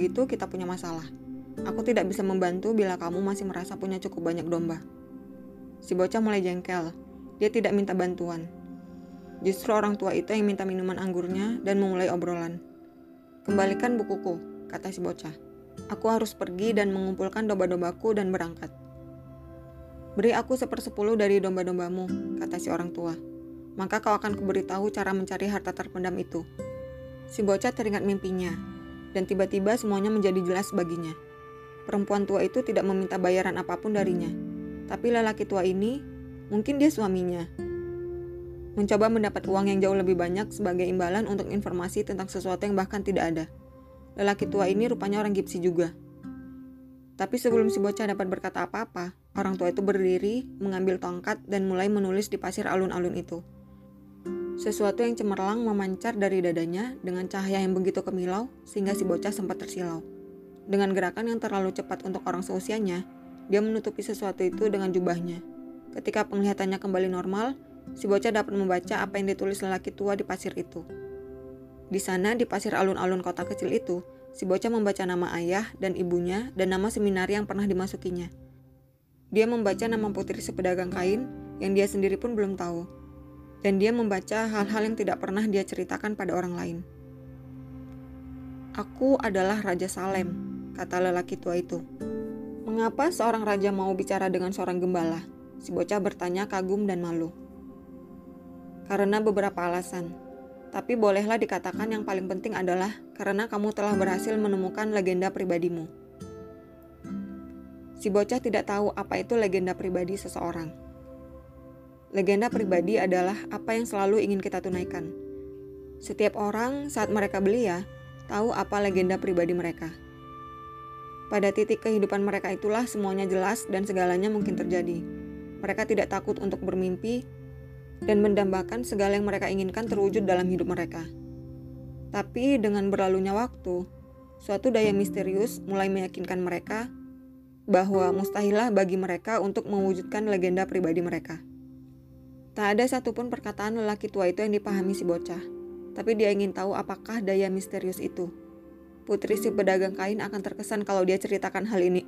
Aku tidak bisa membantu bila kamu masih merasa punya cukup banyak domba. Si bocah mulai jengkel. Dia tidak minta bantuan. Justru orang tua itu yang minta minuman anggurnya dan memulai obrolan. "Kembalikan bukuku," kata si bocah. "Aku harus pergi dan mengumpulkan domba-dombaku dan berangkat." "Beri aku 1/10 dari domba-dombamu," kata si orang tua. "Maka kau akan kuberitahu cara mencari harta terpendam itu." Si bocah teringat mimpinya, dan tiba-tiba semuanya menjadi jelas baginya. Perempuan tua itu tidak meminta bayaran apapun darinya, tapi lelaki tua ini, mungkin dia suaminya, mencoba mendapat uang yang jauh lebih banyak sebagai imbalan untuk informasi tentang sesuatu yang bahkan tidak ada. Lelaki tua ini rupanya orang Gipsi juga. Tapi sebelum si bocah dapat berkata apa-apa, orang tua itu berdiri, mengambil tongkat, dan mulai menulis di pasir alun-alun itu. Sesuatu yang cemerlang memancar dari dadanya dengan cahaya yang begitu kemilau sehingga si bocah sempat tersilau. Dengan gerakan yang terlalu cepat untuk orang seusianya, dia menutupi sesuatu itu dengan jubahnya. Ketika penglihatannya kembali normal, si bocah dapat membaca apa yang ditulis lelaki tua di pasir itu. Di sana, di pasir alun-alun kota kecil itu, si bocah membaca nama ayah dan ibunya dan nama seminari yang pernah dimasukinya. Dia membaca nama putri sepedagang kain yang dia sendiri pun belum tahu. Dan dia membaca hal-hal yang tidak pernah dia ceritakan pada orang lain. "Aku adalah Raja Salem," kata lelaki tua itu. "Mengapa seorang raja mau bicara dengan seorang gembala?" Si bocah bertanya kagum dan malu. "Karena beberapa alasan. Tapi bolehlah dikatakan yang paling penting adalah karena kamu telah berhasil menemukan legenda pribadimu." Si bocah tidak tahu apa itu legenda pribadi seseorang. Legenda pribadi adalah apa yang selalu ingin kita tunaikan. Setiap orang saat mereka belia, tahu apa legenda pribadi mereka. Pada titik kehidupan mereka itulah semuanya jelas dan segalanya mungkin terjadi. Mereka tidak takut untuk bermimpi dan mendambakan segala yang mereka inginkan terwujud dalam hidup mereka. Tapi dengan berlalunya waktu, suatu daya misterius mulai meyakinkan mereka bahwa mustahillah bagi mereka untuk mewujudkan legenda pribadi mereka. Tak ada satupun perkataan lelaki tua itu yang dipahami si bocah, tapi dia ingin tahu apakah daya misterius itu. Putri si pedagang kain akan terkesan kalau dia ceritakan hal ini.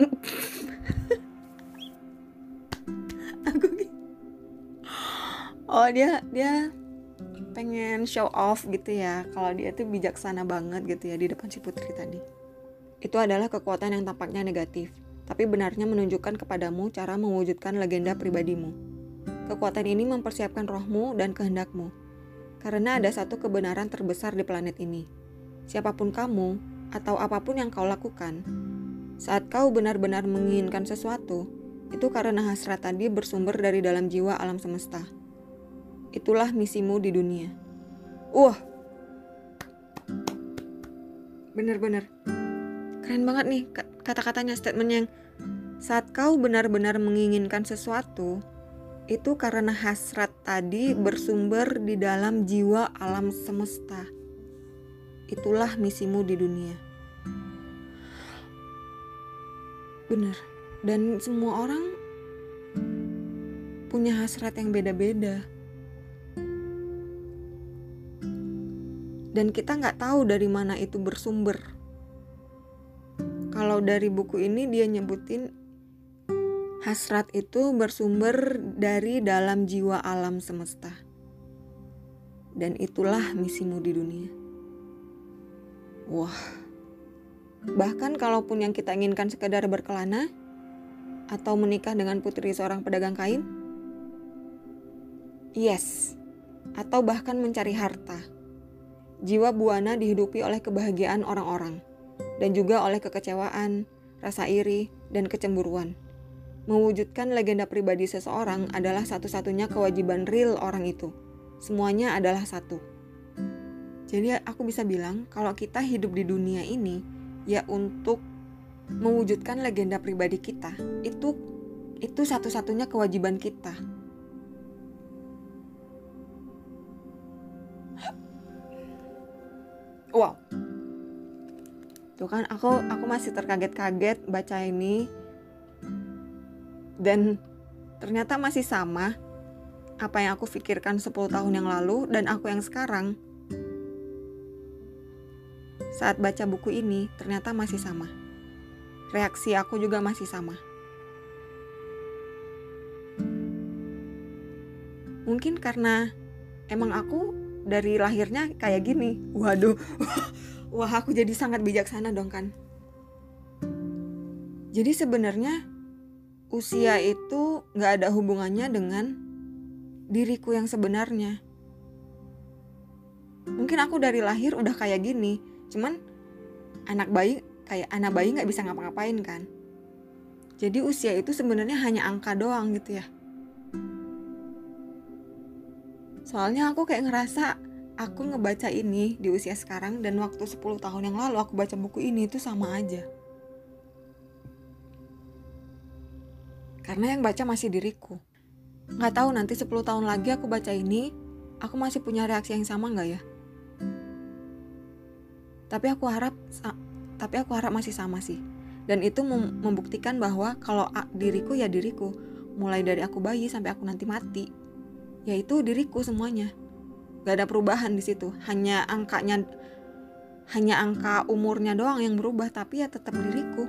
Dia pengen show off gitu ya, kalau dia tuh bijaksana banget gitu ya di depan si putri tadi. Itu adalah kekuatan yang tampaknya negatif, tapi benarnya menunjukkan kepadamu cara mewujudkan legenda pribadimu. Kekuatan ini mempersiapkan rohmu dan kehendakmu, karena ada satu kebenaran terbesar di planet ini. Siapapun kamu, atau apapun yang kau lakukan, saat kau benar-benar menginginkan sesuatu, itu karena hasrat tadi bersumber dari dalam jiwa alam semesta. Itulah misimu di dunia. Bener-bener keren banget nih kata-katanya, statementnya yang saat kau benar-benar menginginkan sesuatu, itu karena hasrat tadi bersumber di dalam jiwa alam semesta. Itulah misimu di dunia. Benar. Dan semua orang punya hasrat yang beda-beda. Dan kita nggak tahu dari mana itu bersumber. Kalau dari buku ini dia nyebutin hasrat itu bersumber dari dalam jiwa alam semesta. Dan itulah misimu di dunia. Wah. Bahkan kalaupun yang kita inginkan sekedar berkelana atau menikah dengan putri seorang pedagang kain, yes, atau bahkan mencari harta. Jiwa buana dihidupi oleh kebahagiaan orang-orang dan juga oleh kekecewaan, rasa iri, dan kecemburuan. Mewujudkan legenda pribadi seseorang adalah satu-satunya kewajiban real orang itu. Semuanya adalah satu. Jadi aku bisa bilang kalau kita hidup di dunia ini ya untuk mewujudkan legenda pribadi kita. Itu satu-satunya kewajiban kita. Wow. Tuh kan aku masih terkaget-kaget baca ini. Dan ternyata masih sama apa yang aku pikirkan 10 tahun yang lalu dan aku yang sekarang. Saat baca buku ini ternyata masih sama. Reaksi aku juga masih sama. Mungkin karena emang aku dari lahirnya kayak gini. Waduh. Wah, aku jadi sangat bijaksana dong kan. Jadi sebenarnya usia itu gak ada hubungannya dengan diriku yang sebenarnya. Mungkin aku dari lahir udah kayak gini, cuman anak bayi gak bisa ngapa-ngapain kan. Jadi usia itu sebenarnya hanya angka doang gitu ya. Soalnya aku kayak ngerasa aku ngebaca ini di usia sekarang dan waktu 10 tahun yang lalu aku baca buku ini itu sama aja. Karena yang baca masih diriku. Gak tahu nanti 10 tahun lagi aku baca ini, aku masih punya reaksi yang sama gak ya? Tapi aku harap masih sama sih. Dan itu membuktikan bahwa kalau diriku ya diriku. Mulai dari aku bayi sampai aku nanti mati, yaitu diriku semuanya. Gak ada perubahan di situ. Hanya angka umurnya doang yang berubah, tapi ya tetap diriku.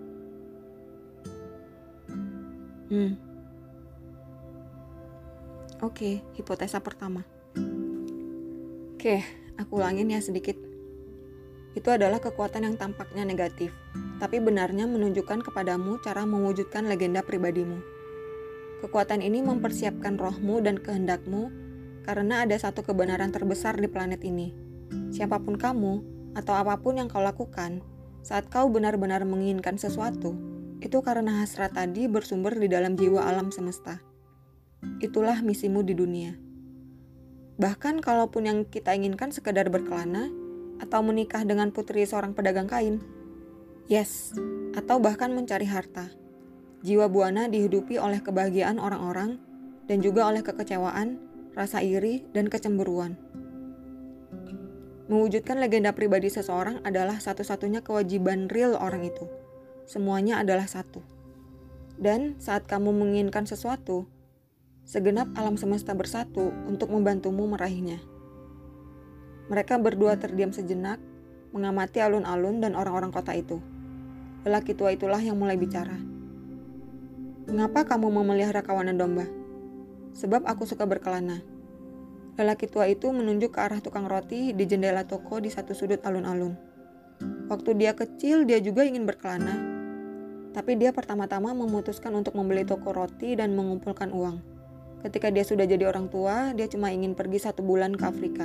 Oke, hipotesa pertama. Oke, aku ulangin ya sedikit. Itu adalah kekuatan yang tampaknya negatif, tapi benarnya menunjukkan kepadamu cara mewujudkan legenda pribadimu. Kekuatan ini mempersiapkan rohmu dan kehendakmu karena ada satu kebenaran terbesar di planet ini. Siapapun kamu atau apapun yang kau lakukan, saat kau benar-benar menginginkan sesuatu, itu karena hasrat tadi bersumber di dalam jiwa alam semesta. Itulah misimu di dunia. Bahkan kalaupun yang kita inginkan sekedar berkelana atau menikah dengan putri seorang pedagang kain, yes, atau bahkan mencari harta. Jiwa buana dihidupi oleh kebahagiaan orang-orang dan juga oleh kekecewaan, rasa iri, dan kecemburuan. Mewujudkan legenda pribadi seseorang adalah satu-satunya kewajiban real orang itu. Semuanya adalah satu. Dan saat kamu menginginkan sesuatu, segenap alam semesta bersatu untuk membantumu meraihnya. Mereka berdua terdiam sejenak, mengamati alun-alun dan orang-orang kota itu. Lelaki tua itulah yang mulai bicara. Mengapa kamu memelihara kawanan domba? Sebab aku suka berkelana. Lelaki tua itu menunjuk ke arah tukang roti di jendela toko di satu sudut alun-alun. Waktu dia kecil, dia juga ingin berkelana. Tapi dia pertama-tama memutuskan untuk membeli toko roti dan mengumpulkan uang. Ketika dia sudah jadi orang tua, dia cuma ingin pergi 1 bulan ke Afrika.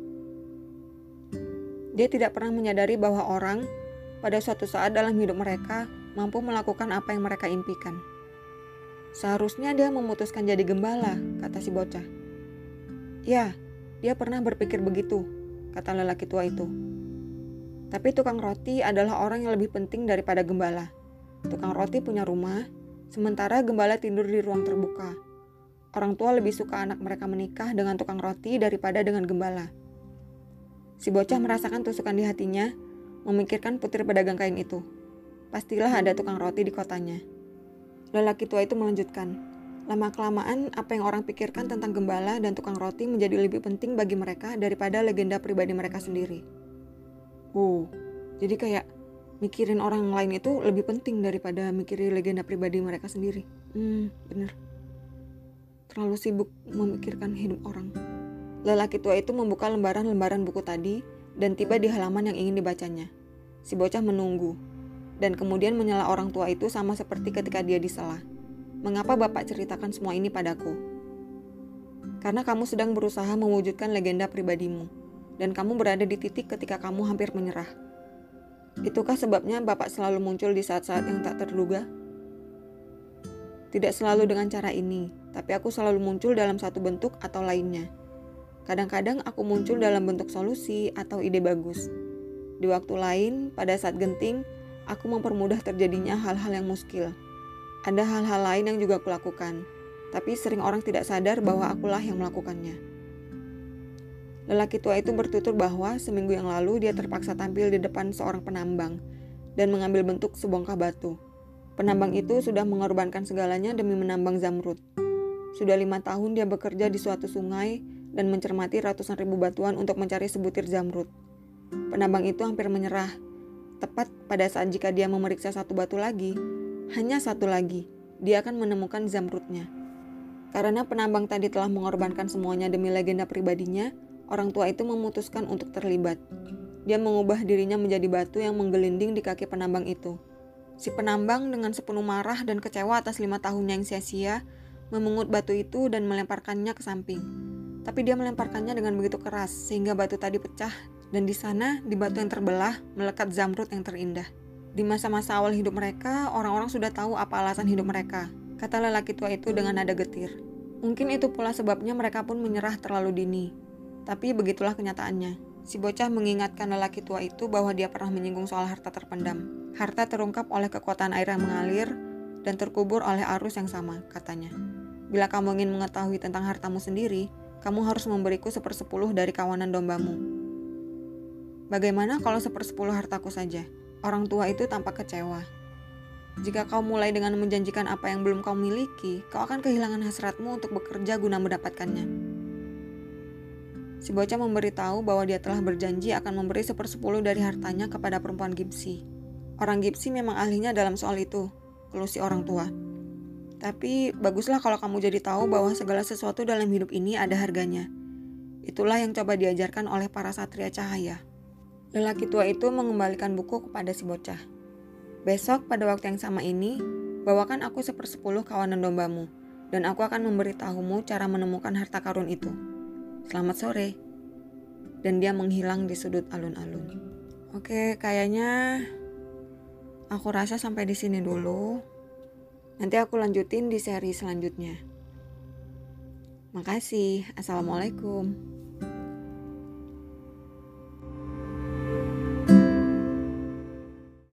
Dia tidak pernah menyadari bahwa orang, pada suatu saat dalam hidup mereka, mampu melakukan apa yang mereka impikan. Seharusnya dia memutuskan jadi gembala, kata si bocah. Ya, dia pernah berpikir begitu, kata lelaki tua itu. Tapi tukang roti adalah orang yang lebih penting daripada gembala. Tukang roti punya rumah, sementara gembala tidur di ruang terbuka. Orang tua lebih suka anak mereka menikah dengan tukang roti daripada dengan gembala. Si bocah merasakan tusukan di hatinya, memikirkan putri pedagang kain itu. Pastilah ada tukang roti di kotanya. Lelaki tua itu melanjutkan, lama-kelamaan apa yang orang pikirkan tentang gembala dan tukang roti menjadi lebih penting bagi mereka daripada legenda pribadi mereka sendiri. Jadi kayak mikirin orang lain itu lebih penting daripada mikirin legenda pribadi mereka sendiri. Bener. Terlalu sibuk memikirkan hidup orang. Lelaki tua itu membuka lembaran-lembaran buku tadi dan tiba di halaman yang ingin dibacanya. Si bocah menunggu, dan kemudian menyela orang tua itu sama seperti ketika dia disela. Mengapa Bapak ceritakan semua ini padaku? Karena kamu sedang berusaha mewujudkan legenda pribadimu, dan kamu berada di titik ketika kamu hampir menyerah. Itukah sebabnya Bapak selalu muncul di saat-saat yang tak terduga? Tidak selalu dengan cara ini, tapi aku selalu muncul dalam satu bentuk atau lainnya. Kadang-kadang aku muncul dalam bentuk solusi atau ide bagus. Di waktu lain, pada saat genting, aku mempermudah terjadinya hal-hal yang muskil. Ada hal-hal lain yang juga kulakukan, tapi sering orang tidak sadar bahwa akulah yang melakukannya. Lelaki tua itu bertutur bahwa seminggu yang lalu dia terpaksa tampil di depan seorang penambang dan mengambil bentuk sebongkah batu. Penambang itu sudah mengorbankan segalanya demi menambang zamrud. Sudah 5 tahun dia bekerja di suatu sungai dan mencermati ratusan ribu batuan untuk mencari sebutir zamrud. Penambang itu hampir menyerah. Tepat pada saat jika dia memeriksa satu batu lagi, hanya satu lagi, dia akan menemukan zamrudnya. Karena penambang tadi telah mengorbankan semuanya demi legenda pribadinya, orang tua itu memutuskan untuk terlibat. Dia mengubah dirinya menjadi batu yang menggelinding di kaki penambang itu. Si penambang dengan sepenuh marah dan kecewa atas 5 tahunnya yang sia-sia, memungut batu itu dan melemparkannya ke samping. Tapi dia melemparkannya dengan begitu keras sehingga batu tadi pecah, dan di sana, di batu yang terbelah, melekat zamrud yang terindah. Di masa-masa awal hidup mereka, orang-orang sudah tahu apa alasan hidup mereka, kata lelaki tua itu dengan nada getir. Mungkin itu pula sebabnya mereka pun menyerah terlalu dini. Tapi begitulah kenyataannya. Si bocah mengingatkan lelaki tua itu bahwa dia pernah menyinggung soal harta terpendam. Harta terungkap oleh kekuatan air yang mengalir dan terkubur oleh arus yang sama, katanya. Bila kamu ingin mengetahui tentang hartamu sendiri, kamu harus memberiku 1/10 dari kawanan dombamu. Bagaimana kalau 1/10 hartaku saja? Orang tua itu tampak kecewa. Jika kau mulai dengan menjanjikan apa yang belum kau miliki, kau akan kehilangan hasratmu untuk bekerja guna mendapatkannya. Si bocah memberitahu bahwa dia telah berjanji akan memberi 1/10 dari hartanya kepada perempuan Gipsy. Orang Gipsy memang ahlinya dalam soal itu, keluh si orang tua. Tapi baguslah kalau kamu jadi tahu bahwa segala sesuatu dalam hidup ini ada harganya. Itulah yang coba diajarkan oleh para satria cahaya. Lelaki tua itu mengembalikan buku kepada si bocah. Besok pada waktu yang sama ini, bawakan aku 1/10 kawanan dombamu, dan aku akan memberitahumu cara menemukan harta karun itu. Selamat sore. Dan dia menghilang di sudut alun-alun. Oke, kayaknya aku rasa sampai di sini dulu. Nanti aku lanjutin di seri selanjutnya. Makasih. Assalamualaikum.